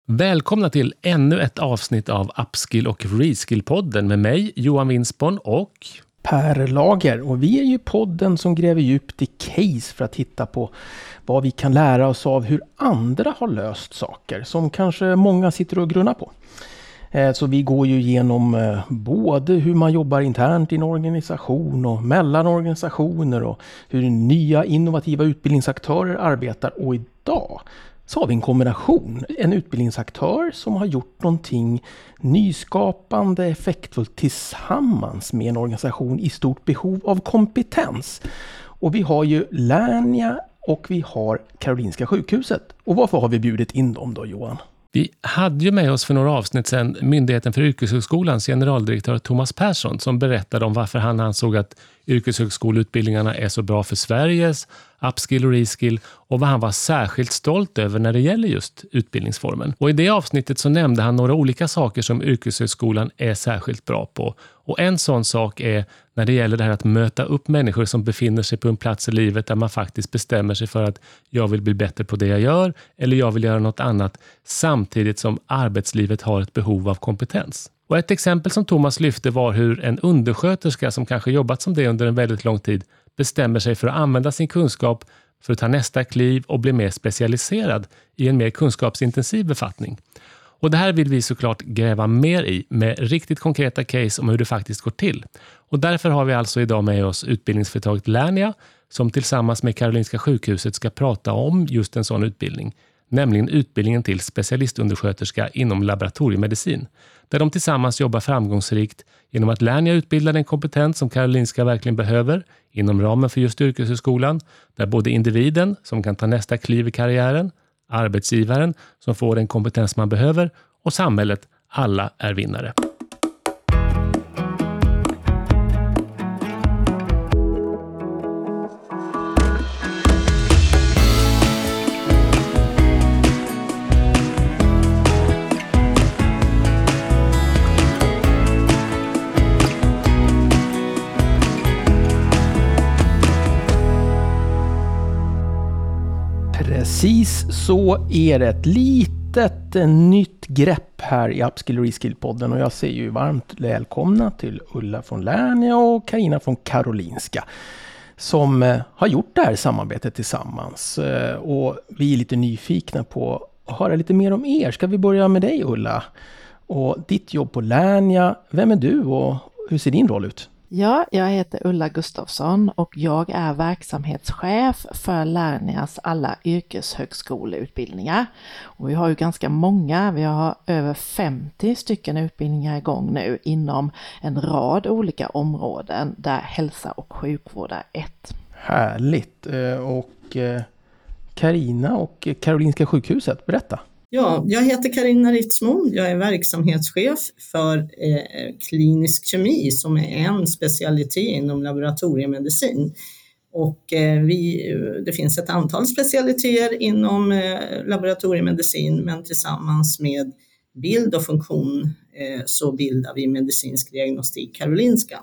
Välkomna till ännu ett avsnitt av Upskill och Reskill-podden med mig, Johan Winsborn och Per Lager. Och vi är ju podden som gräver djupt i case för att hitta på vad vi kan lära oss av hur andra har löst saker som kanske många sitter och grunnar på. Så vi går ju igenom både hur man jobbar internt i en organisation och mellan organisationer och hur nya innovativa utbildningsaktörer arbetar. Och idag så har vi en kombination. En utbildningsaktör som har gjort någonting nyskapande, effektfullt tillsammans med en organisation i stort behov av kompetens. Och vi har ju Lernia och vi har Karolinska sjukhuset. Och varför har vi bjudit in dem då, Johan? Vi hade ju med oss för några avsnitt sedan Myndigheten för yrkeshögskolans generaldirektör Thomas Persson som berättade om varför han ansåg att yrkeshögskoleutbildningarna är så bra för Sveriges upskill och reskill och vad han var särskilt stolt över när det gäller just utbildningsformen. Och i det avsnittet så nämnde han några olika saker som yrkeshögskolan är särskilt bra på. Och en sån sak är när det gäller det här att möta upp människor som befinner sig på en plats i livet där man faktiskt bestämmer sig för att jag vill bli bättre på det jag gör eller jag vill göra något annat samtidigt som arbetslivet har ett behov av kompetens. Och ett exempel som Thomas lyfte var hur en undersköterska som kanske jobbat som det under en väldigt lång tid bestämmer sig för att använda sin kunskap för att ta nästa kliv och bli mer specialiserad i en mer kunskapsintensiv befattning. Och det här vill vi såklart gräva mer i med riktigt konkreta case om hur det faktiskt går till. Och därför har vi alltså idag med oss utbildningsföretaget Lernia som tillsammans med Karolinska sjukhuset ska prata om just en sån utbildning. Nämligen utbildningen till specialistundersköterska inom laboratoriemedicin. Där de tillsammans jobbar framgångsrikt genom att Lernia utbildar den kompetens som Karolinska verkligen behöver inom ramen för just yrkeshögskolan. Där både individen som kan ta nästa kliv i karriären, arbetsgivaren som får den kompetens man behöver och samhället, alla är vinnare. Precis så är det, ett litet nytt grepp här i Upskill och Reskill-podden och jag säger ju varmt välkomna till Ulla från Lernia och Carina från Karolinska som har gjort det här samarbetet tillsammans och vi är lite nyfikna på att höra lite mer om er. Ska vi börja med dig, Ulla, och ditt jobb på Lernia? Vem är du och hur ser din roll ut? Ja, jag heter Ulla Gustafsson och jag är verksamhetschef för Lernias alla yrkeshögskoleutbildningar. Och vi har ju ganska många, vi har över 50 stycken utbildningar igång nu inom en rad olika områden där hälsa och sjukvård är ett. Härligt! Och Carina och Karolinska sjukhuset, berätta! Ja, jag heter Carina Ritzmo. Jag är verksamhetschef för klinisk kemi som är en specialitet inom laboratoriemedicin. Och det finns ett antal specialiteter inom laboratoriemedicin, men tillsammans med bild och funktion så bildar vi medicinsk diagnostik Karolinska.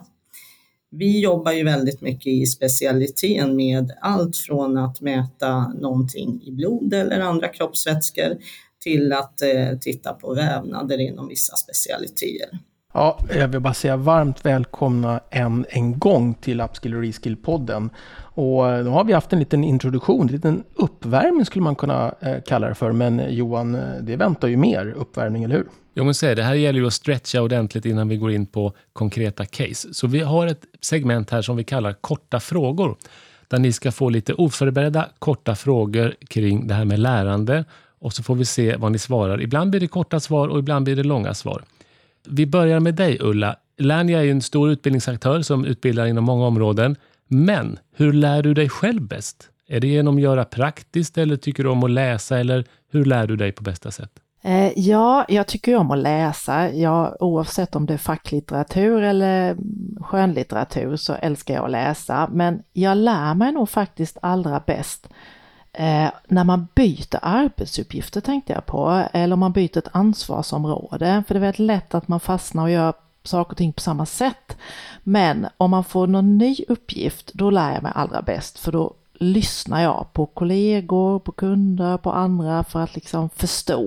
Vi jobbar ju väldigt mycket i specialiteten med allt från att mäta någonting i blod eller andra kroppsvätskor till att titta på vävnader inom vissa specialiteter. Ja, jag vill bara säga varmt välkomna en gång till Upskill och Reskill-podden. Och då har vi haft en liten introduktion, en liten uppvärmning skulle man kunna kalla det för. Men Johan, det väntar ju mer uppvärmning, eller hur? Jag måste säga, det här gäller ju att stretcha ordentligt innan vi går in på konkreta case. Så vi har ett segment här som vi kallar korta frågor. Där ni ska få lite oförberedda korta frågor kring det här med lärande. Och så får vi se vad ni svarar. Ibland blir det korta svar och ibland blir det långa svar. Vi börjar med dig, Ulla. Lernia är ju en stor utbildningsaktör som utbildar inom många områden. Men hur lär du dig själv bäst? Är det genom att göra praktiskt eller tycker du om att läsa? Eller hur lär du dig på bästa sätt? Ja, jag tycker om att läsa. Oavsett om det är facklitteratur eller skönlitteratur så älskar jag att läsa. Men jag lär mig nog faktiskt allra bäst när man byter arbetsuppgifter, tänkte jag på, eller om man byter ett ansvarsområde, för det är väldigt lätt att man fastnar och gör saker och ting på samma sätt. Men om man får någon ny uppgift, då lär jag mig allra bäst, för då lyssnar jag på kollegor, på kunder, på andra för att liksom förstå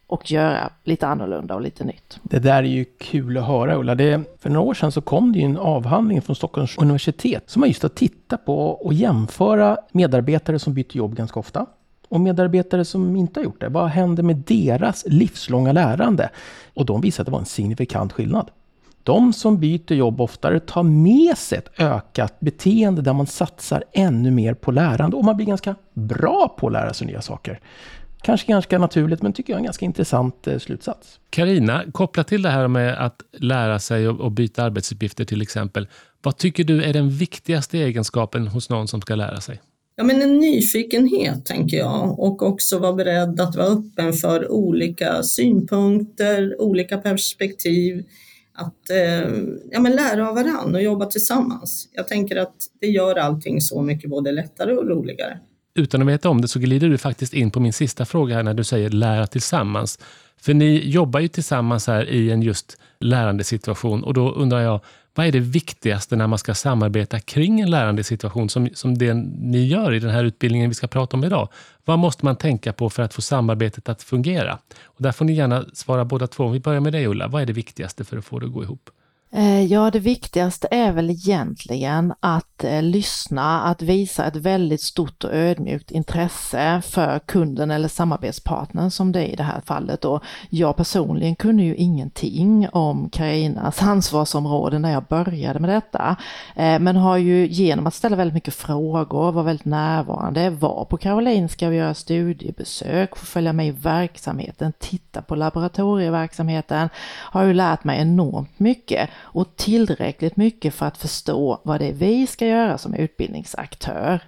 och göra lite annorlunda och lite nytt. Det där är ju kul att höra, Ulla. För några år sedan så kom det ju en avhandling från Stockholms universitet som har just att titta på och jämföra medarbetare som byter jobb ganska ofta och medarbetare som inte har gjort det. Vad händer med deras livslånga lärande? Och de visade att det var en signifikant skillnad. De som byter jobb oftare tar med sig ett ökat beteende där man satsar ännu mer på lärande och man blir ganska bra på att lära sig nya saker. Kanske ganska naturligt, men tycker jag är en ganska intressant slutsats. Carina, kopplat till det här med att lära sig och byta arbetsuppgifter till exempel. Vad tycker du är den viktigaste egenskapen hos någon som ska lära sig? Ja, men en nyfikenhet tänker jag, och också vara beredd att vara öppen för olika synpunkter, olika perspektiv. Att lära av varandra och jobba tillsammans. Jag tänker att det gör allting så mycket både lättare och roligare. Utan att veta om det så glider du faktiskt in på min sista fråga här när du säger lära tillsammans. För ni jobbar ju tillsammans här i en just lärandesituation och då undrar jag, vad är det viktigaste när man ska samarbeta kring en lärandesituation som det ni gör i den här utbildningen vi ska prata om idag? Vad måste man tänka på för att få samarbetet att fungera? Och där får ni gärna svara båda två. Vi börjar med dig, Ulla. Vad är det viktigaste för att få det att gå ihop? Ja, det viktigaste är väl egentligen att lyssna, att visa ett väldigt stort och ödmjukt intresse för kunden eller samarbetspartnern som det är i det här fallet. Och jag personligen kunde ju ingenting om Carinas ansvarsområde när jag började med detta. Men har ju genom att ställa väldigt mycket frågor, vara väldigt närvarande, var på Karolinska och göra studiebesök, få följa med i verksamheten, titta på laboratorieverksamheten, har ju lärt mig enormt mycket. Och tillräckligt mycket för att förstå vad det är vi ska göra som utbildningsaktör.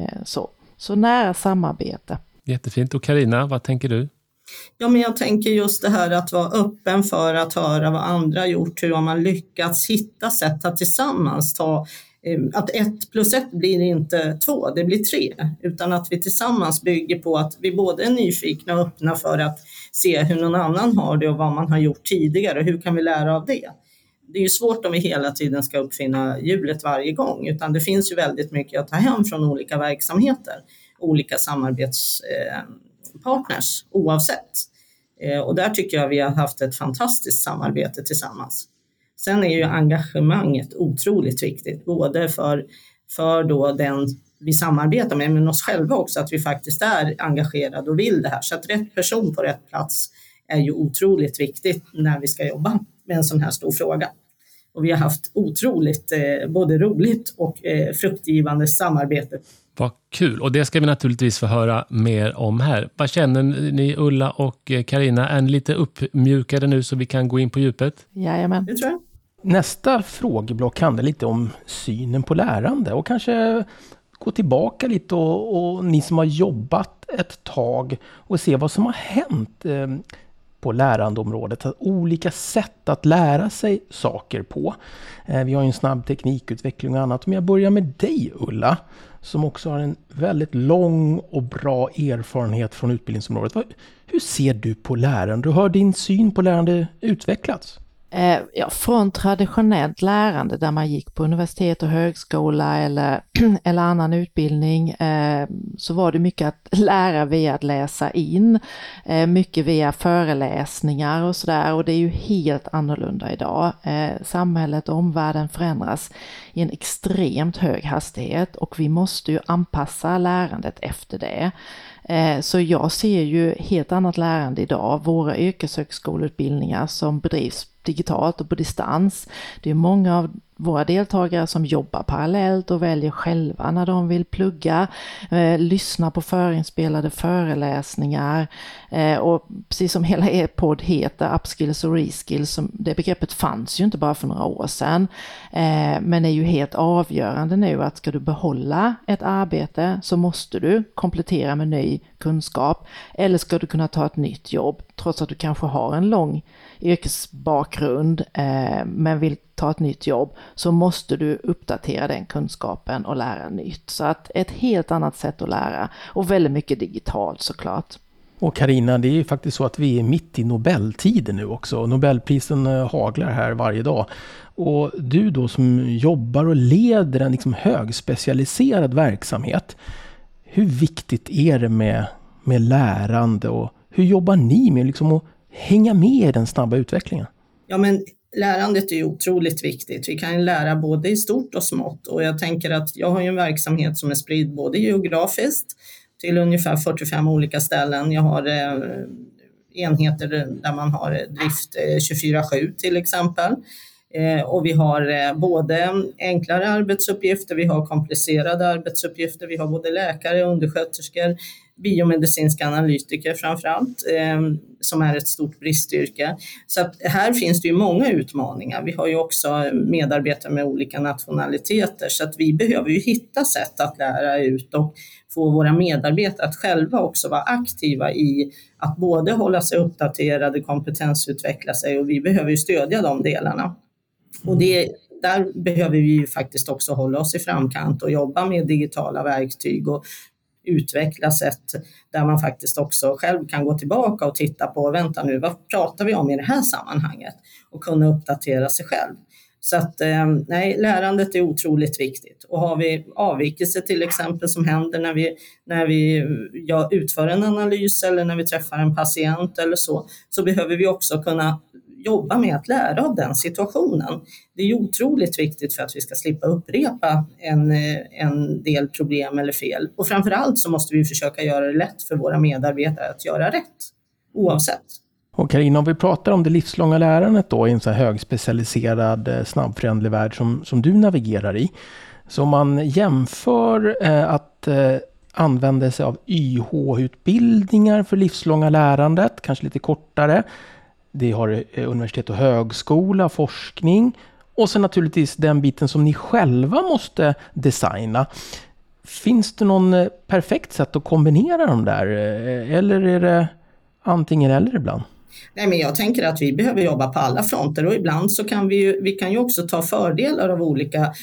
Så nära samarbete. Jättefint. Och Carina, vad tänker du? Ja, men jag tänker just det här att vara öppen för att höra vad andra har gjort. Hur har man lyckats hitta sätt att tillsammans att 1+1 blir inte 2, det blir 3. Utan att vi tillsammans bygger på att vi både är nyfikna och öppna för att se hur någon annan har det och vad man har gjort tidigare. Hur kan vi lära av det? Det är ju svårt om vi hela tiden ska uppfinna hjulet varje gång, utan det finns ju väldigt mycket att ta hem från olika verksamheter, olika samarbetspartners oavsett. Och där tycker jag vi har haft ett fantastiskt samarbete tillsammans. Sen är ju engagemanget otroligt viktigt, både för då den vi samarbetar med, men oss själva också, att vi faktiskt är engagerade och vill det här. Så att rätt person på rätt plats är ju otroligt viktigt när vi ska jobba med en sån här stor fråga. Och vi har haft otroligt både roligt och fruktgivande samarbete. Vad kul, och det ska vi naturligtvis få höra mer om här. Vad känner ni, Ulla och Carina? Är ni lite uppmjukade nu så vi kan gå in på djupet? Jajamän. Det tror jag. Nästa frågeblock handlar lite om synen på lärande och kanske gå tillbaka lite och ni som har jobbat ett tag och se vad som har hänt på lärandeområdet. Olika sätt att lära sig saker på. Vi har ju en snabb teknikutveckling och annat. Men jag börjar med dig, Ulla, som också har en väldigt lång och bra erfarenhet från utbildningsområdet. Hur ser du på lärande? Hur har din syn på lärande utvecklats? Från traditionellt lärande där man gick på universitet och högskola eller annan utbildning så var det mycket att lära via att läsa in, mycket via föreläsningar och sådär, och det är ju helt annorlunda idag. Samhället och omvärlden förändras i en extremt hög hastighet och vi måste ju anpassa lärandet efter det. Så jag ser ju helt annat lärande idag. Våra yrkeshögskoleutbildningar som bedrivs digitalt och på distans. Det är många av våra deltagare som jobbar parallellt och väljer själva när de vill plugga, lyssna på förinspelade föreläsningar och precis som hela er podd heter, upskills och reskills, det begreppet fanns ju inte bara för några år sedan, men är ju helt avgörande nu att ska du behålla ett arbete så måste du komplettera med ny kunskap, eller ska du kunna ta ett nytt jobb trots att du kanske har en lång yrkesbakgrund men vill ta ett nytt jobb, så måste du uppdatera den kunskapen och lära nytt. Så att ett helt annat sätt att lära och väldigt mycket digitalt såklart. Och Carina, det är ju faktiskt så att vi är mitt i Nobeltiden nu också. Nobelprisen haglar här varje dag. Och du då som jobbar och leder en liksom högspecialiserad verksamhet, hur viktigt är det med lärande och hur jobbar ni med liksom att hänga med i den snabba utvecklingen? Ja, men lärandet är ju otroligt viktigt. Vi kan ju lära både i stort och smått, och jag tänker att jag har ju en verksamhet som är spridd både geografiskt till ungefär 45 olika ställen. Jag har enheter där man har drift 24/7 till exempel. Och vi har både enklare arbetsuppgifter, vi har komplicerade arbetsuppgifter, vi har både läkare, undersköterskor, biomedicinska analytiker framförallt, som är ett stort bristyrke. Så att här finns det ju många utmaningar. Vi har ju också medarbetare med olika nationaliteter, så att vi behöver ju hitta sätt att lära ut och få våra medarbetare att själva också vara aktiva i att både hålla sig uppdaterade, kompetensutveckla sig, och vi behöver ju stödja de delarna. Och där behöver vi ju faktiskt också hålla oss i framkant och jobba med digitala verktyg och utveckla sätt där man faktiskt också själv kan gå tillbaka och titta på, vänta nu, vad pratar vi om i det här sammanhanget, och kunna uppdatera sig själv. Så att nej, lärandet är otroligt viktigt. Och har vi avvikelser till exempel som händer när vi utför en analys eller när vi träffar en patient eller så behöver vi också kunna jobba med att lära av den situationen. Det är ju otroligt viktigt för att vi ska slippa upprepa en del problem eller fel. Och framförallt så måste vi försöka göra det lätt för våra medarbetare att göra rätt, oavsett. Och Carina, om vi pratar om det livslånga lärandet då i en så här högspecialiserad, snabbföränderlig värld som du navigerar i. Så om man jämför att använda sig av YH-utbildningar för livslånga lärandet, kanske lite kortare. Det har universitet och högskola, forskning och sen naturligtvis den biten som ni själva måste designa. Finns det någon perfekt sätt att kombinera dem där? Eller är det antingen eller ibland? Nej, men jag tänker att vi behöver jobba på alla fronter, och ibland så kan vi kan ju också ta fördelar av olika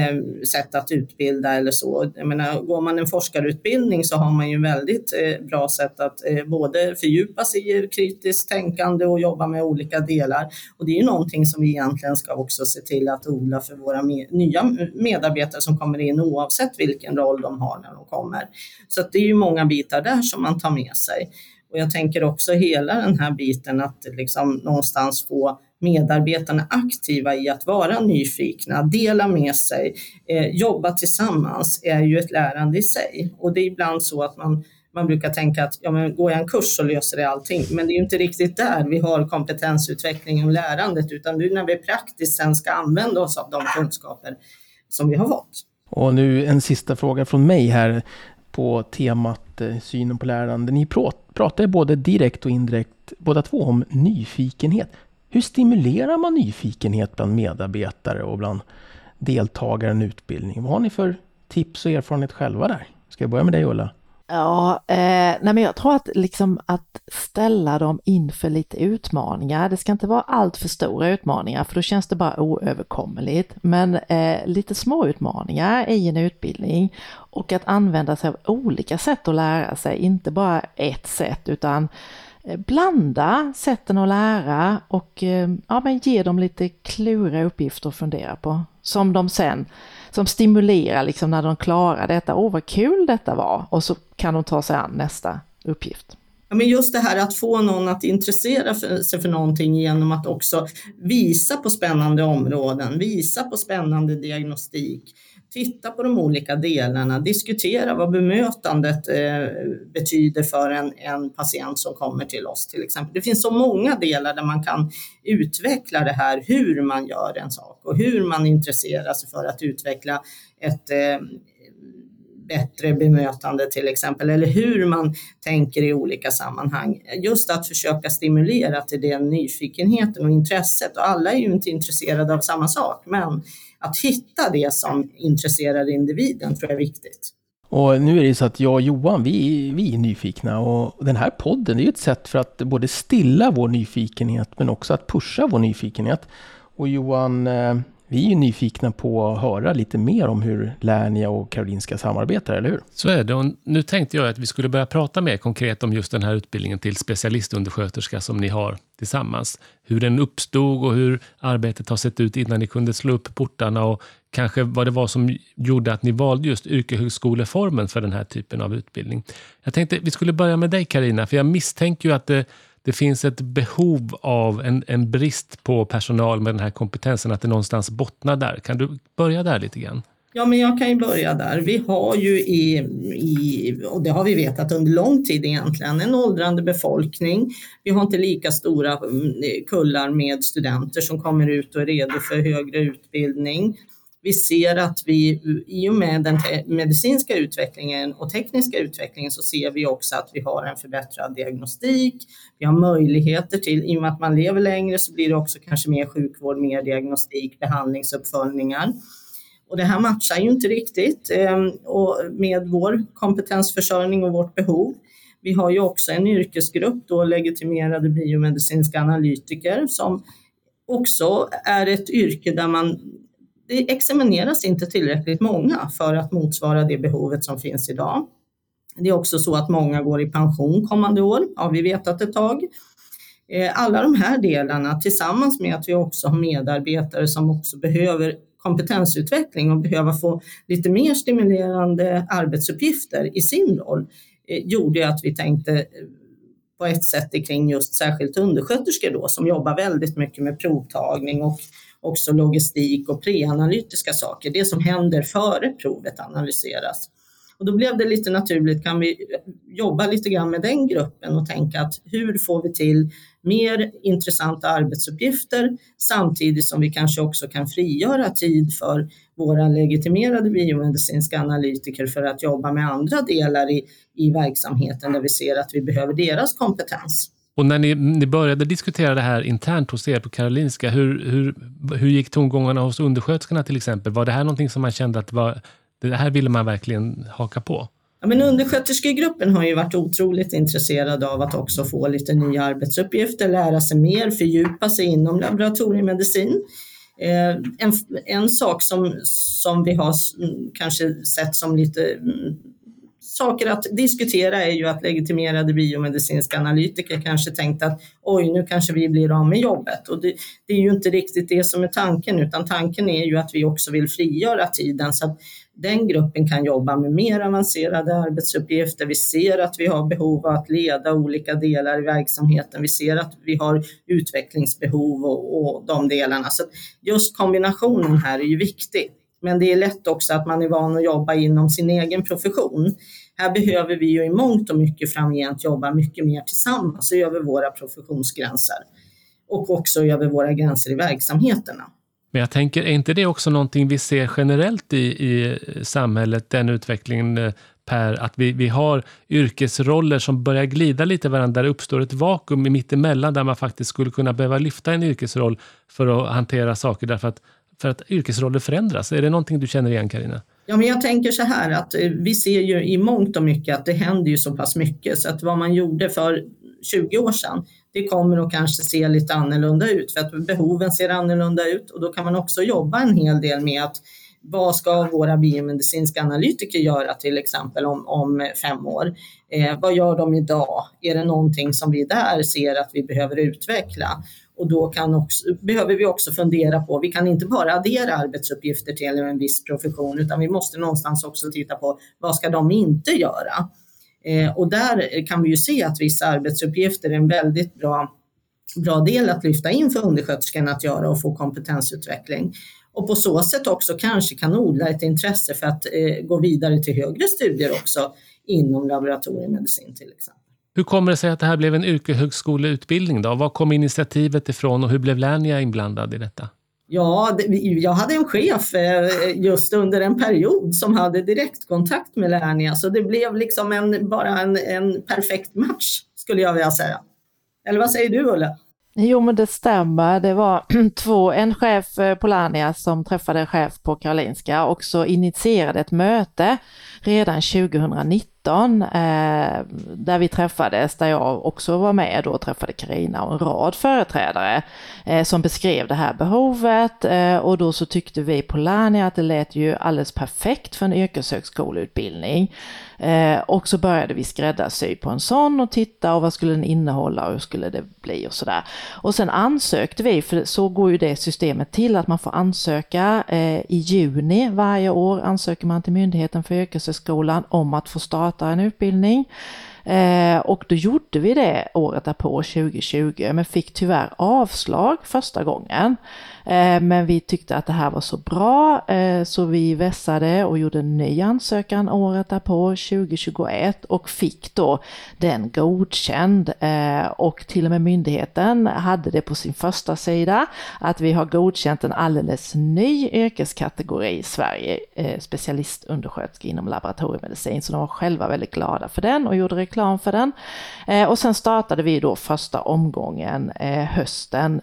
sätt att utbilda eller så. Jag menar, går man en forskarutbildning så har man ju väldigt bra sätt att både fördjupa sig i kritiskt tänkande och jobba med olika delar. Och det är ju någonting som vi egentligen ska också se till att odla för våra nya medarbetare som kommer in, oavsett vilken roll de har när de kommer. Så att det är ju många bitar där som man tar med sig. Och jag tänker också hela den här biten att liksom någonstans få medarbetarna aktiva i att vara nyfikna, dela med sig, jobba tillsammans är ju ett lärande i sig. Och det är ibland så att man brukar tänka att går jag en kurs så löser det allting. Men det är ju inte riktigt där vi har kompetensutveckling och lärandet, utan det är när vi praktiskt sen ska använda oss av de kunskaper som vi har fått. Och nu en sista fråga från mig här på temat synen på lärande. Ni pratar både direkt och indirekt båda två om nyfikenhet. Hur stimulerar man nyfikenhet bland medarbetare och bland deltagare i en utbildning? Vad har ni för tips och erfarenhet själva där? Ska jag börja med dig, Ulla? Ja, men jag tror att ställa dem inför lite utmaningar. Det ska inte vara allt för stora utmaningar, för då känns det bara oöverkommeligt. Men lite små utmaningar i en utbildning, och att använda sig av olika sätt att lära sig. Inte bara ett sätt, utan blanda sätten att lära och ge dem lite kluriga uppgifter att fundera på. Som stimulerar när de klarar detta. Vad kul detta var. Och så kan de ta sig an nästa uppgift. Ja, men just det här att få någon att intressera sig för någonting genom att också visa på spännande områden, visa på spännande diagnostik, titta på de olika delarna, diskutera vad bemötandet betyder för en patient som kommer till oss till exempel. Det finns så många delar där man kan utveckla det här, hur man gör en sak och hur man intresserar sig för att utveckla ett bättre bemötande till exempel, eller hur man tänker i olika sammanhang. Just att försöka stimulera till den nyfikenheten och intresset, och alla är ju inte intresserade av samma sak, men att hitta det som intresserar individen tror jag är viktigt. Och nu är det så att jag och Johan, vi är nyfikna, och den här podden är ju ett sätt för att både stilla vår nyfikenhet men också att pusha vår nyfikenhet. Och Johan, vi är ju nyfikna på att höra lite mer om hur Lernia och Karolinska samarbetar, eller hur? Så är det, och nu tänkte jag att vi skulle börja prata mer konkret om just den här utbildningen till specialistundersköterska som ni har tillsammans. Hur den uppstod och hur arbetet har sett ut innan ni kunde slå upp portarna, och kanske vad det var som gjorde att ni valde just yrkeshögskoleformen för den här typen av utbildning. Jag tänkte vi skulle börja med dig, Carina, för jag misstänker ju att det finns ett behov av en brist på personal med den här kompetensen, att det någonstans bottnar där. Kan du börja där lite grann? Ja, men jag kan ju börja där. Vi har ju och det har vi vetat under lång tid egentligen, en åldrande befolkning. Vi har inte lika stora kullar med studenter som kommer ut och är redo för högre utbildning. Vi ser att vi i och med den medicinska utvecklingen och tekniska utvecklingen så ser vi också att vi har en förbättrad diagnostik. Vi har möjligheter till, i och med att man lever längre så blir det också kanske mer sjukvård, mer diagnostik, behandlingsuppföljningar. Och det här matchar ju inte riktigt med vår kompetensförsörjning och vårt behov. Vi har ju också en yrkesgrupp, då legitimerade biomedicinska analytiker, som också är ett yrke där det examineras inte tillräckligt många för att motsvara det behovet som finns idag. Det är också så att många går i pension kommande år, har vi vetat ett tag. Alla de här delarna tillsammans med att vi också har medarbetare som också behöver kompetensutveckling och behöver få lite mer stimulerande arbetsuppgifter i sin roll gjorde att vi tänkte på ett sätt kring just särskilt undersköterskor då, som jobbar väldigt mycket med provtagning och också logistik och preanalytiska saker. Det som händer före provet analyseras. Och då blev det lite naturligt, kan vi jobba lite grann med den gruppen och tänka att hur får vi till mer intressanta arbetsuppgifter samtidigt som vi kanske också kan frigöra tid för våra legitimerade biomedicinska analytiker för att jobba med andra delar i verksamheten där vi ser att vi behöver deras kompetens. Och när ni började diskutera det här internt hos er på Karolinska, hur gick tongångarna hos undersköterskorna till exempel? Var det här någonting som man kände att det här ville man verkligen haka på? Ja, men undersköterskegruppen har ju varit otroligt intresserad av att också få lite nya arbetsuppgifter, lära sig mer, fördjupa sig inom laboratoriemedicin. En sak som vi har kanske sett som lite saker att diskutera är ju att legitimerade biomedicinska analytiker kanske tänkte att nu kanske vi blir av med jobbet. Och det är ju inte riktigt det som är tanken, utan tanken är ju att vi också vill frigöra tiden så att den gruppen kan jobba med mer avancerade arbetsuppgifter. Vi ser att vi har behov av att leda olika delar i verksamheten. Vi ser att vi har utvecklingsbehov och de delarna. Så just kombinationen här är ju viktig. Men det är lätt också att man är van att jobba inom sin egen profession. Här behöver vi ju i mångt och mycket framgent jobba mycket mer tillsammans över våra professionsgränser. Och också över våra gränser i verksamheterna. Men jag tänker, är inte det också någonting vi ser generellt i samhället, den utvecklingen Per, att vi har yrkesroller som börjar glida lite varandra, där det uppstår ett vakuum i mittemellan där man faktiskt skulle kunna behöva lyfta en yrkesroll för att hantera saker för att yrkesroller förändras. Är det någonting du känner igen, Carina? Ja, men jag tänker så här att vi ser ju i mångt och mycket att det händer ju så pass mycket så att vad man gjorde för 20 år sedan, det kommer att kanske se lite annorlunda ut för att behoven ser annorlunda ut och då kan man också jobba en hel del med att vad ska våra biomedicinska analytiker göra till exempel om 5 år? Vad gör de idag? Är det någonting som vi där ser att vi behöver utveckla? Och då behöver vi också fundera på, vi kan inte bara addera arbetsuppgifter till en viss profession utan vi måste någonstans också titta på vad ska de inte göra? Och där kan vi ju se att vissa arbetsuppgifter är en väldigt bra del att lyfta in för undersköterskan att göra och få kompetensutveckling. Och på så sätt också kanske kan odla ett intresse för att gå vidare till högre studier också inom laboratoriemedicin till exempel. Hur kommer det sig att det här blev en yrkeshögskoleutbildning då? Var kom initiativet ifrån och hur blev Lernia inblandad i detta? Ja, jag hade en chef just under en period som hade direktkontakt med Lernia så det blev liksom en perfekt match skulle jag vilja säga. Eller vad säger du, Ulla? Jo, men det stämmer. Det var en chef på Lernia som träffade en chef på Karolinska och så initierade ett möte redan 2019 där vi träffades, där jag också var med och träffade Carina och en rad företrädare som beskrev det här behovet och då så tyckte vi på Lernia att det lät ju alldeles perfekt för en yrkeshögskoleutbildning. Och så började vi skräddarsy på en sån och titta och vad skulle den innehålla och hur skulle det bli och sådär. Och sen ansökte vi, för så går ju det systemet till att man får ansöka i juni varje år ansöker man till Myndigheten för yrkeshögskolan om att få starta en utbildning. Och då gjorde vi det året därpå 2020, men fick tyvärr avslag första gången. Men vi tyckte att det här var så bra så vi vässade och gjorde en ny ansökan året därpå 2021 och fick då den godkänd. Och till och med myndigheten hade det på sin första sida att vi har godkänt en alldeles ny yrkeskategori i Sverige, specialistundersköterska inom laboratoriemedicin. Så de var själva väldigt glada för den och gjorde reklam för den. Och sen startade vi då första omgången hösten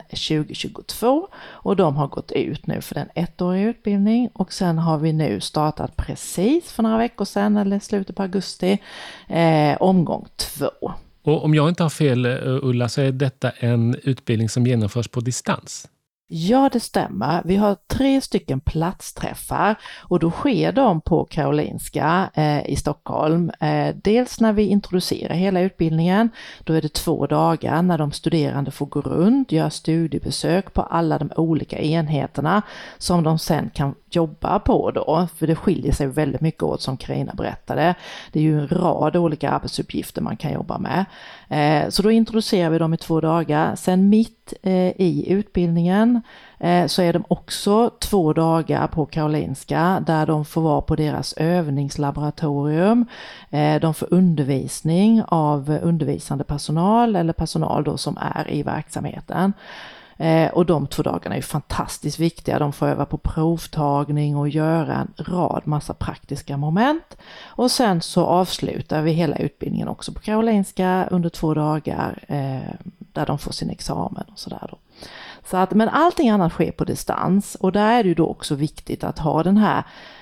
2022 och de har gått ut nu för den 1-åriga utbildning och sen har vi nu startat precis för några veckor sedan eller slutet på augusti omgång 2. Och om jag inte har fel, Ulla, så är detta en utbildning som genomförs på distans? Ja, det stämmer. Vi har 3 stycken platsträffar och då sker de på Karolinska i Stockholm. Dels när vi introducerar hela utbildningen, då är det 2 dagar när de studerande får gå runt, göra studiebesök på alla de olika enheterna som de sen kan jobba på då, för det skiljer sig väldigt mycket åt som Carina berättade. Det är ju en rad olika arbetsuppgifter man kan jobba med. Så då introducerar vi dem i 2 dagar. Sen mitt i utbildningen så är de också 2 dagar på Karolinska där de får vara på deras övningslaboratorium. De får undervisning av undervisande personal eller personal då som är i verksamheten. Och de 2 dagarna är fantastiskt viktiga. De får öva på provtagning och göra en rad massa praktiska moment. Och sen så avslutar vi hela utbildningen också på Karolinska under 2 dagar där de får sin examen och sådär då. Så att, men allting annat sker på distans och där är det ju då också viktigt att ha den här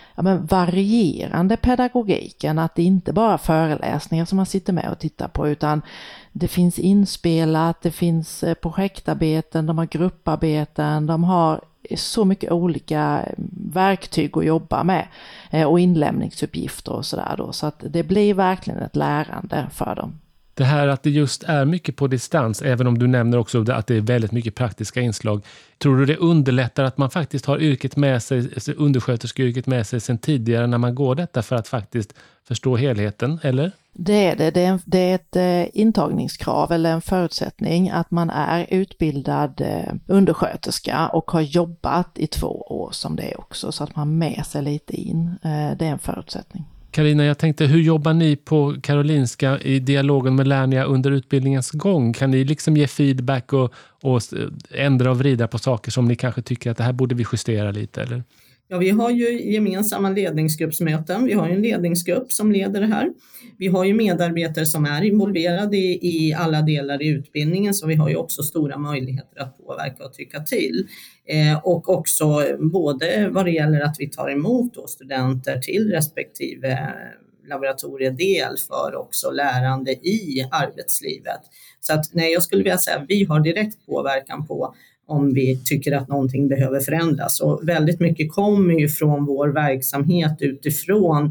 varierande pedagogiken, att det inte bara föreläsningar som man sitter med och tittar på utan det finns inspelat, det finns projektarbeten, de har grupparbeten, de har så mycket olika verktyg att jobba med och inlämningsuppgifter och sådär då, så att det blir verkligen ett lärande för dem. Det här att det just är mycket på distans, även om du nämner också att det är väldigt mycket praktiska inslag. Tror du det underlättar att man faktiskt har yrket med sig, undersköterskeyrket med sig sedan tidigare när man går detta för att faktiskt förstå helheten, eller? Det är det. Det är ett intagningskrav eller en förutsättning att man är utbildad undersköterska och har jobbat i 2 år som det är också, så att man har med sig lite in. Det är en förutsättning. Carina, jag tänkte, hur jobbar ni på Karolinska i dialogen med Lernia under utbildningens gång? Kan ni liksom ge feedback och ändra och vrida på saker som ni kanske tycker att det här borde vi justera lite, eller? Ja, vi har ju gemensamma ledningsgruppsmöten. Vi har ju en ledningsgrupp som leder det här. Vi har ju medarbetare som är involverade i alla delar i utbildningen, så vi har ju också stora möjligheter att påverka och tycka till. Och också både vad det gäller att vi tar emot då studenter till respektive laboratoriedel för också lärande i arbetslivet. Så att nej, jag skulle vilja säga att vi har direkt påverkan på om vi tycker att någonting behöver förändras. Och väldigt mycket kommer ju från vår verksamhet utifrån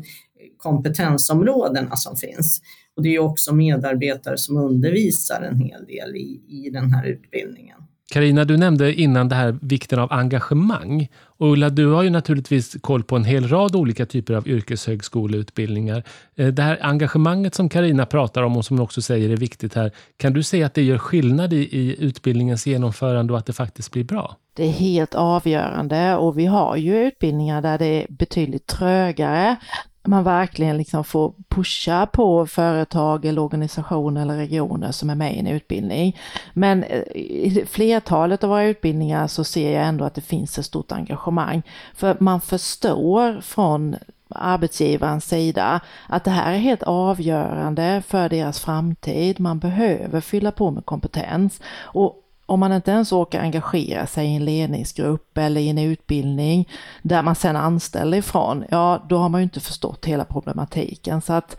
kompetensområdena som finns. Och det är ju också medarbetare som undervisar en hel del i den här utbildningen. Carina, du nämnde innan det här vikten av engagemang. Och Ulla, du har ju naturligtvis koll på en hel rad olika typer av yrkeshögskoleutbildningar. Det här engagemanget som Carina pratar om och som hon också säger är viktigt här, kan du se att det gör skillnad i utbildningens genomförande och att det faktiskt blir bra? Det är helt avgörande och vi har ju utbildningar där det är betydligt trögare. Man verkligen liksom får pusha på företag eller organisationer eller regioner som är med i en utbildning. Men i flertalet av våra utbildningar så ser jag ändå att det finns ett stort engagemang. För man förstår från arbetsgivarens sida att det här är helt avgörande för deras framtid. Man behöver fylla på med kompetens och om man inte ens åker engagera sig i en ledningsgrupp eller i en utbildning där man sen anställer ifrån, ja då har man ju inte förstått hela problematiken. Så att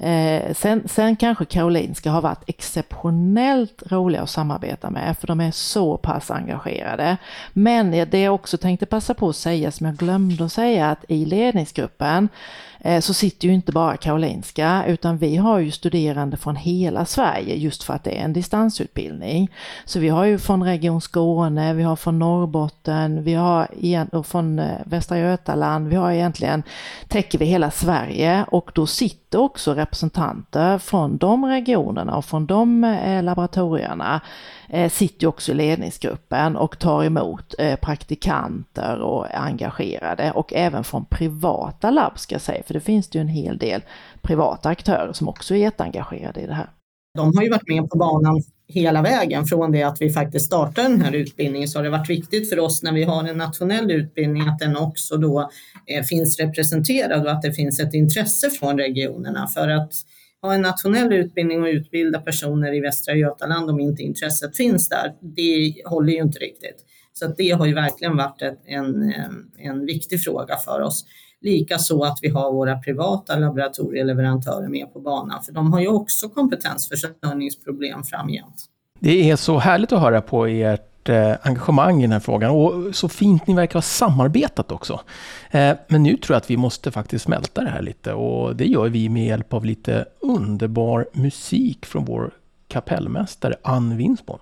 sen kanske Karolinska har varit exceptionellt roliga att samarbeta med för de är så pass engagerade. Men det jag också tänkte passa på att säga som jag glömde att säga, att i ledningsgruppen så sitter ju inte bara Karolinska utan vi har ju studerande från hela Sverige just för att det är en distansutbildning. Så vi har ju från Region Skåne, vi har från Norrbotten, vi har från Västra Götaland, vi har egentligen, täcker vi hela Sverige, och då sitter också representanter från de regionerna och från de laboratorierna sitter också i ledningsgruppen och tar emot praktikanter och är engagerade, och även från privata labb ska jag säga, för det finns det ju en hel del privata aktörer som också är jätteengagerade i det här. De har ju varit med på banan hela vägen från det att vi faktiskt startade den här utbildningen, så har det varit viktigt för oss när vi har en nationell utbildning att den också då finns representerad och att det finns ett intresse från regionerna. För att ha en nationell utbildning och utbilda personer i Västra Götaland om inte intresset finns där, det håller ju inte riktigt. Så att det har ju verkligen varit en viktig fråga för oss. Likaså att vi har våra privata laboratorieleverantörer med på banan, för de har ju också kompetensförsörjningsproblem framgent. Det är så härligt att höra på ert engagemang i den här frågan, och så fint ni verkar ha samarbetat också. Men nu tror jag att vi måste faktiskt smälta det här lite, och det gör vi med hjälp av lite underbar musik från vår kapellmästare Ann Winsborn.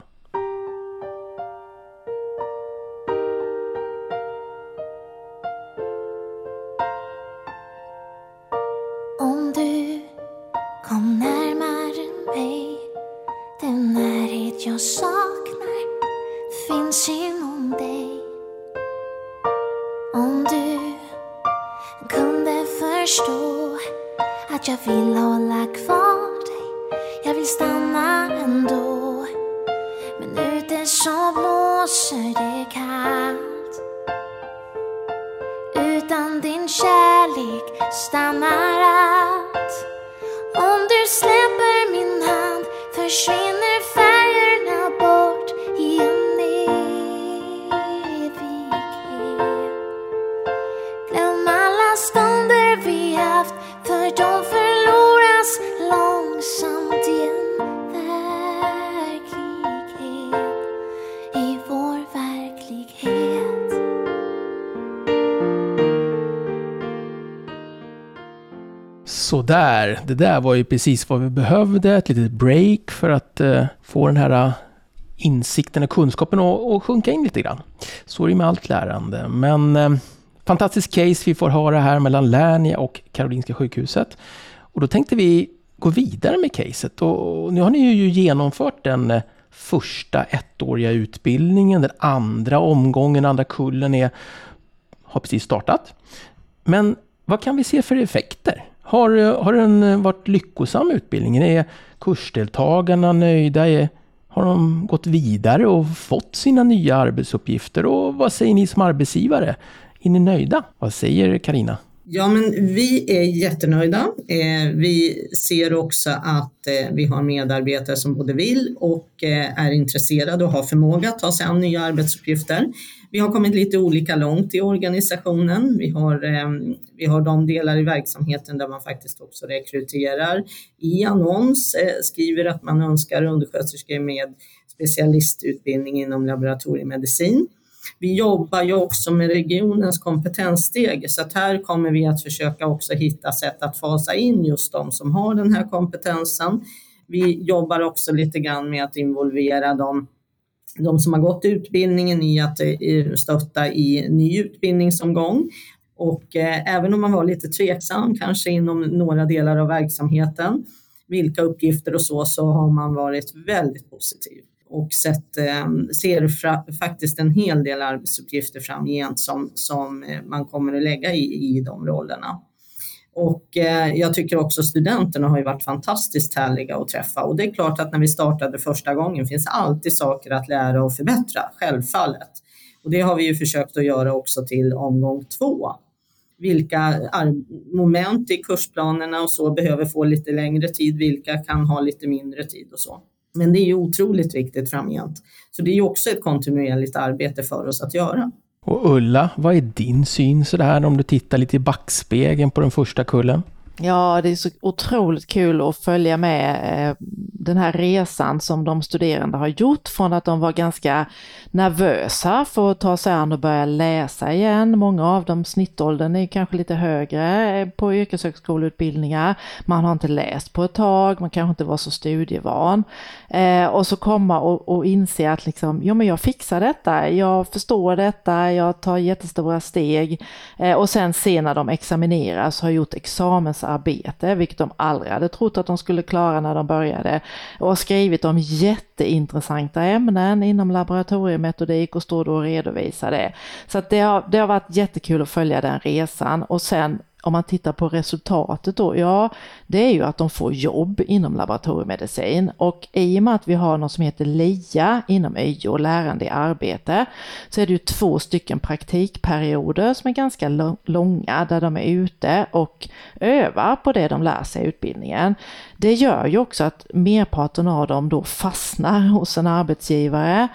Om du kom närmare mig, den närhet jag saknar finns inom dig. Om du kunde förstå att jag vill hålla kvar dig, jag vill stanna ändå. Men ute så blåser det kallt. Utan din kärlek stannar allt. Om du släpper min hand försvinner färgerna bort i en evighet. Glöm alla stunder vi haft, för de förloras långsamt i en verklighet. I vår verklighet. Så där, det där var ju precis vad vi behövde, ett litet break för att få den här insikten och kunskapen och sjunka in lite grann. Så är det med allt lärande. Men fantastisk case vi får höra här mellan Lernia och Karolinska sjukhuset. Och då tänkte vi gå vidare med caset, och nu har ni ju genomfört den första ettåriga utbildningen, den andra omgången, andra kullen har precis startat. Men vad kan vi se för effekter? Har den varit lyckosam utbildningen? Är kursdeltagarna nöjda? Har de gått vidare och fått sina nya arbetsuppgifter? Och vad säger ni som arbetsgivare? Är ni nöjda? Vad säger Carina? Ja, men vi är jättenöjda. Vi ser också att vi har medarbetare som både vill och är intresserade och har förmåga att ta sig an nya arbetsuppgifter. Vi har kommit lite olika långt i organisationen. Vi har de delar i verksamheten där man faktiskt också rekryterar. I annons skriver att man önskar undersköterskor med specialistutbildning inom laboratoriemedicin. Vi jobbar ju också med regionens kompetenssteg, så att här kommer vi att försöka också hitta sätt att fasa in just de som har den här kompetensen. Vi jobbar också lite grann med att involvera de som har gått utbildningen i att stötta i ny utbildningsomgång. Och även om man var lite tveksam kanske inom några delar av verksamheten, vilka uppgifter och så har man varit väldigt positiv. Och ser faktiskt en hel del arbetsuppgifter framgent som man kommer att lägga i de rollerna. Och jag tycker också studenterna har ju varit fantastiskt härliga att träffa. Och det är klart att när vi startade första gången finns alltid saker att lära och förbättra, självfallet. Och det har vi ju försökt att göra också till omgång 2. Vilka moment i kursplanerna och så behöver få lite längre tid, vilka kan ha lite mindre tid och så. Men det är ju otroligt viktigt framgent. Så det är ju också ett kontinuerligt arbete för oss att göra. Och Ulla, vad är din syn så där om du tittar lite i backspegeln på den första kullen? Ja, det är så otroligt kul att följa med den här resan som de studerande har gjort från att de var ganska nervösa för att ta sig an och börja läsa igen. Många av dem, snittåldern är kanske lite högre på yrkeshögskoleutbildningar. Man har inte läst på ett tag, man kanske inte var så studievan. Och så komma och inse att liksom, jo men jag fixar detta, jag förstår detta, jag tar jättestora steg. Och sen se när de examineras har gjort examensarbete, vilket de aldrig hade trott att de skulle klara när de började, och har skrivit om jätteintressanta ämnen inom laboratoriemetodik och står då och redovisar det. Så att det har varit jättekul att följa den resan. Och sen om man tittar på resultatet då, ja, det är ju att de får jobb inom laboratoriemedicin, och i och med att vi har något som heter LIA inom YO, lärande i arbete, så är det ju 2 stycken praktikperioder som är ganska långa, där de är ute och övar på det de lär sig i utbildningen. Det gör ju också att merparten av dem då fastnar hos en arbetsgivare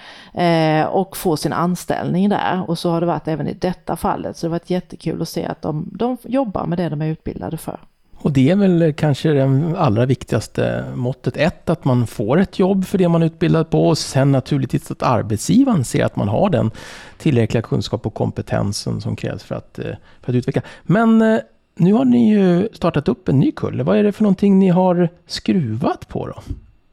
och får sin anställning där, och så har det varit även i detta fallet, så det har varit jättekul att se att de jobbar med det de är utbildade för. Och det är väl kanske det allra viktigaste måttet. 1, att man får ett jobb för det man är utbildad på, och sen naturligtvis att arbetsgivaren ser att man har den tillräckliga kunskap och kompetensen som krävs för att utveckla. Men nu har ni ju startat upp en ny kull. Vad är det för någonting ni har skruvat på då?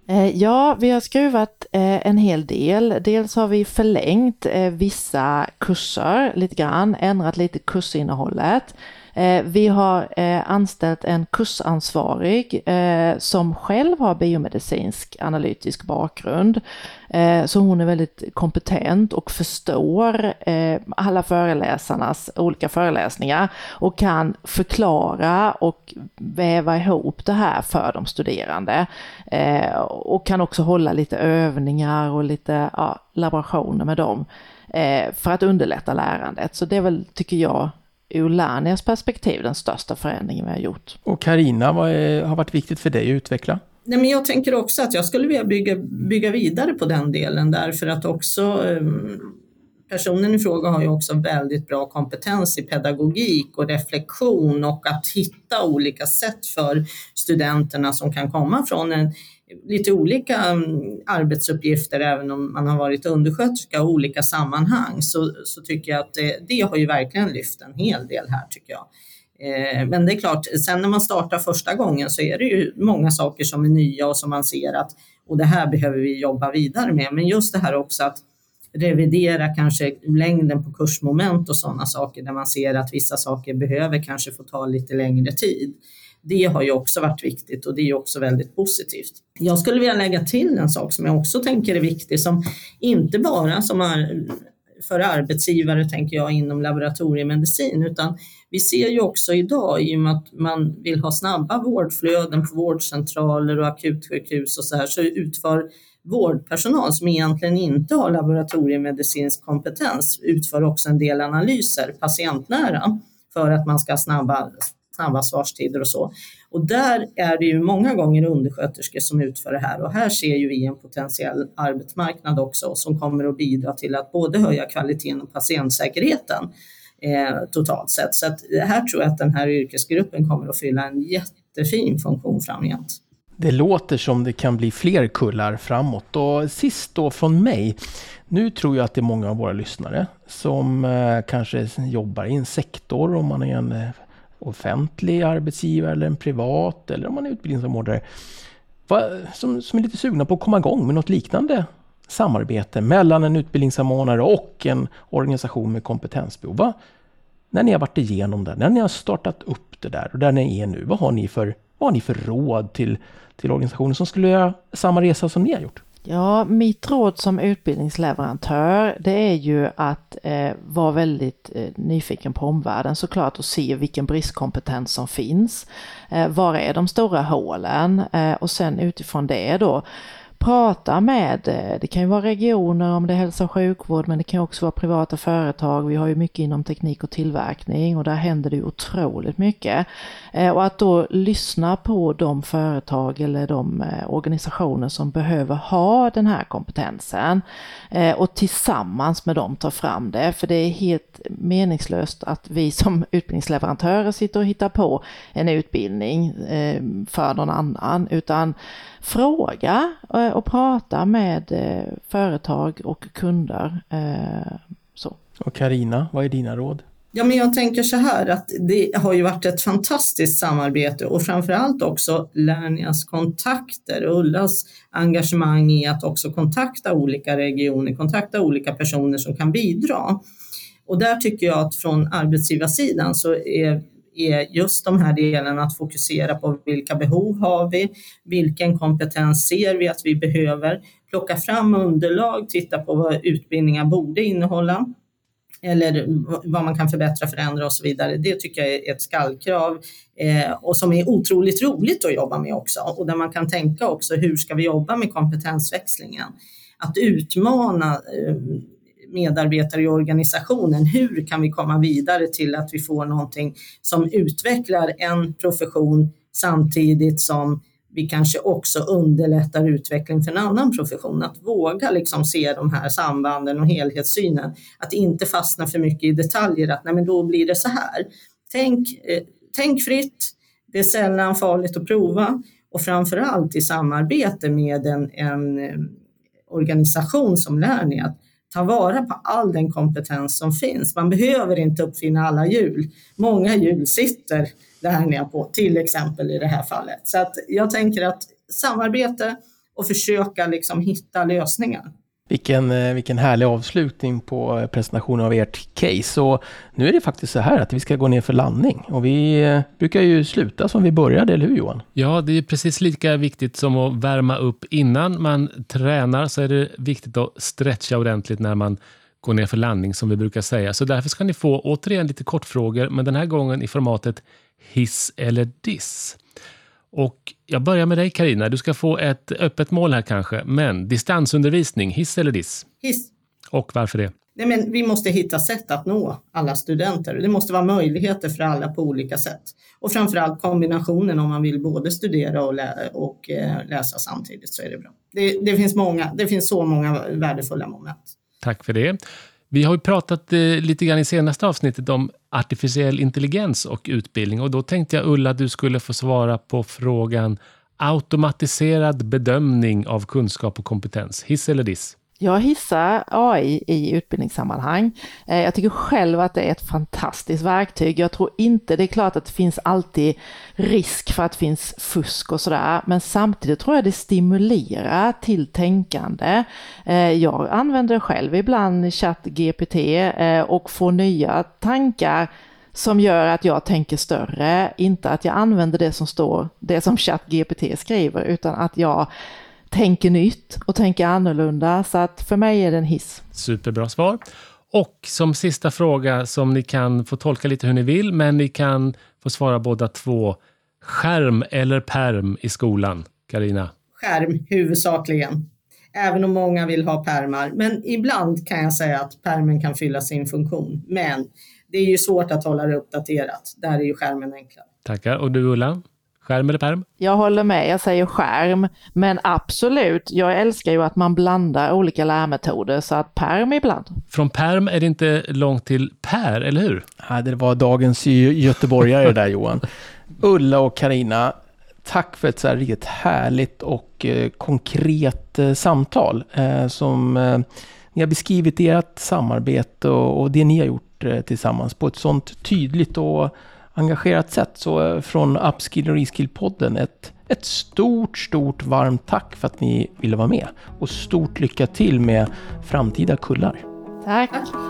Ja, vi har skruvat en hel del. Dels har vi förlängt vissa kurser lite grann, ändrat lite kursinnehållet. Vi har anställt en kursansvarig som själv har biomedicinsk analytisk bakgrund. Så hon är väldigt kompetent och förstår alla föreläsarnas olika föreläsningar och kan förklara och väva ihop det här för de studerande. Och kan också hålla lite övningar och lite laborationer med dem för att underlätta lärandet. Så det är väl, tycker jag, ur Lernias perspektiv den största förändringen vi har gjort. Och Carina, vad har varit viktigt för dig att utveckla? Nej, men jag tänker också att jag skulle vilja bygga vidare på den delen, därför att också personen i fråga har ju också väldigt bra kompetens i pedagogik och reflektion, och att hitta olika sätt för studenterna som kan komma från lite olika arbetsuppgifter, även om man har varit undersköterska och olika sammanhang, så tycker jag att det har ju verkligen lyft en hel del här, tycker jag. Men det är klart, sen när man startar första gången så är det ju många saker som är nya och som man ser att, och det här behöver vi jobba vidare med. Men just det här också att revidera kanske längden på kursmoment och sådana saker, där man ser att vissa saker behöver kanske få ta lite längre tid. Det har ju också varit viktigt, och det är ju också väldigt positivt. Jag skulle vilja lägga till en sak som jag också tänker är viktig, som inte bara som är för arbetsgivare, tänker jag, inom laboratoriemedicin, utan vi ser ju också idag, i och med att man vill ha snabba vårdflöden på vårdcentraler och akutsjukhus och så utför vårdpersonal som egentligen inte har laboratoriemedicinsk kompetens, utför också en del analyser patientnära för att man ska snabba svarstider och så. Och där är det ju många gånger undersköterskor som utför det här, och här ser ju vi en potentiell arbetsmarknad också som kommer att bidra till att både höja kvaliteten och patientsäkerheten totalt sett. Så att här tror jag att den här yrkesgruppen kommer att fylla en jättefin funktion framgent. Det låter som det kan bli fler kullar framåt. Och sist då från mig. Nu tror jag att det är många av våra lyssnare som kanske jobbar i en sektor, om man är en offentlig arbetsgivare eller en privat, eller om man är utbildningssamordnare, som är lite sugna på att komma igång med något liknande samarbete mellan en utbildningssamordnare och en organisation med kompetensbehov. När ni har varit igenom det, när ni har startat upp det där och där ni är nu, vad har ni för råd till organisationer som skulle göra samma resa som ni har gjort? Ja, mitt råd som utbildningsleverantör, det är ju att vara väldigt nyfiken på omvärlden såklart, och se vilken bristkompetens som finns. Var är de stora hålen? Och sen utifrån det då prata med, det kan ju vara regioner om det är hälso- och sjukvård, men det kan också vara privata företag. Vi har ju mycket inom teknik och tillverkning och där händer det ju otroligt mycket. Och att då lyssna på de företag eller de organisationer som behöver ha den här kompetensen och tillsammans med dem ta fram det. För det är helt meningslöst att vi som utbildningsleverantörer sitter och hittar på en utbildning för någon annan, utan fråga och prata med företag och kunder. Så. Och Carina, vad är dina råd? Ja, men jag tänker så här att det har ju varit ett fantastiskt samarbete och framförallt också Lernias kontakter, Ullas engagemang i att också kontakta olika regioner, kontakta olika personer som kan bidra. Och där tycker jag att från arbetsgivarsidan så är just de här delarna att fokusera på vilka behov har vi, vilken kompetens ser vi att vi behöver, plocka fram underlag, titta på vad utbildningar borde innehålla eller vad man kan förbättra, förändra och så vidare. Det tycker jag är ett skallkrav och som är otroligt roligt att jobba med också. Och där man kan tänka också, hur ska vi jobba med kompetensväxlingen? Att utmana medarbetare i organisationen. Hur kan vi komma vidare till att vi får någonting som utvecklar en profession samtidigt som vi kanske också underlättar utveckling för en annan profession. Att våga liksom se de här sambanden och helhetssynen. Att inte fastna för mycket i detaljer. Att nej, men då blir det så här. Tänk fritt. Det är sällan farligt att prova. Och framförallt i samarbete med en organisation som Lernia. Att ta vara på all den kompetens som finns. Man behöver inte uppfinna alla hjul. Många hjul sitter Lernia på, till exempel i det här fallet. Så att jag tänker att samarbete och försöka liksom hitta lösningar. Vilken härlig avslutning på presentationen av ert case. Och nu är det faktiskt så här att vi ska gå ner för landning. Och vi brukar ju sluta som vi började, eller hur Johan? Ja, det är precis lika viktigt som att värma upp innan man tränar, så är det viktigt att stretcha ordentligt när man går ner för landning som vi brukar säga. Så därför ska ni få återigen lite kortfrågor, men den här gången i formatet hiss eller diss. Och jag börjar med dig Carina, du ska få ett öppet mål här kanske, men distansundervisning, hiss eller diss? Hiss. Och varför det? Nej, men vi måste hitta sätt att nå alla studenter. Det måste vara möjligheter för alla på olika sätt. Och framförallt kombinationen om man vill både studera och läsa samtidigt, så är det bra. Det finns så många värdefulla moment. Tack för det. Vi har ju pratat lite grann i senaste avsnittet om artificiell intelligens och utbildning, och då tänkte jag Ulla att du skulle få svara på frågan automatiserad bedömning av kunskap och kompetens. Hiss eller diss? Jag hissar AI i utbildningssammanhang. Jag tycker själv att det är ett fantastiskt verktyg. Jag tror inte, det är klart att det finns alltid risk för att det finns fusk och sådär. Men samtidigt tror jag det stimulerar till tänkande. Jag använder själv ibland ChatGPT och får nya tankar som gör att jag tänker större. Inte att jag använder det som står, det som ChatGPT skriver, utan att jag tänker nytt och tänker annorlunda, så att för mig är det en hiss. Superbra svar. Och som sista fråga som ni kan få tolka lite hur ni vill, men ni kan få svara båda två. Skärm eller perm i skolan, Carina? Skärm huvudsakligen. Även om många vill ha permar. Men ibland kan jag säga att permen kan fylla sin funktion. Men det är ju svårt att hålla det uppdaterat. Där är ju skärmen enklare. Tackar. Och du Ulla? Skärm eller perm? Jag håller med, jag säger skärm. Men absolut, jag älskar ju att man blandar olika lärmetoder, så att perm ibland. Från perm är det inte långt till per, eller hur? Ja, det var dagens göteborgare där Johan. Ulla och Carina, tack för ett så här riktigt härligt och konkret samtal som ni har beskrivit ert samarbete och det ni har gjort tillsammans på ett sånt tydligt och engagerat sätt. Så från Upskill och Reskill-podden ett stort varmt tack för att ni ville vara med. Och stort lycka till med framtida kullar. Tack.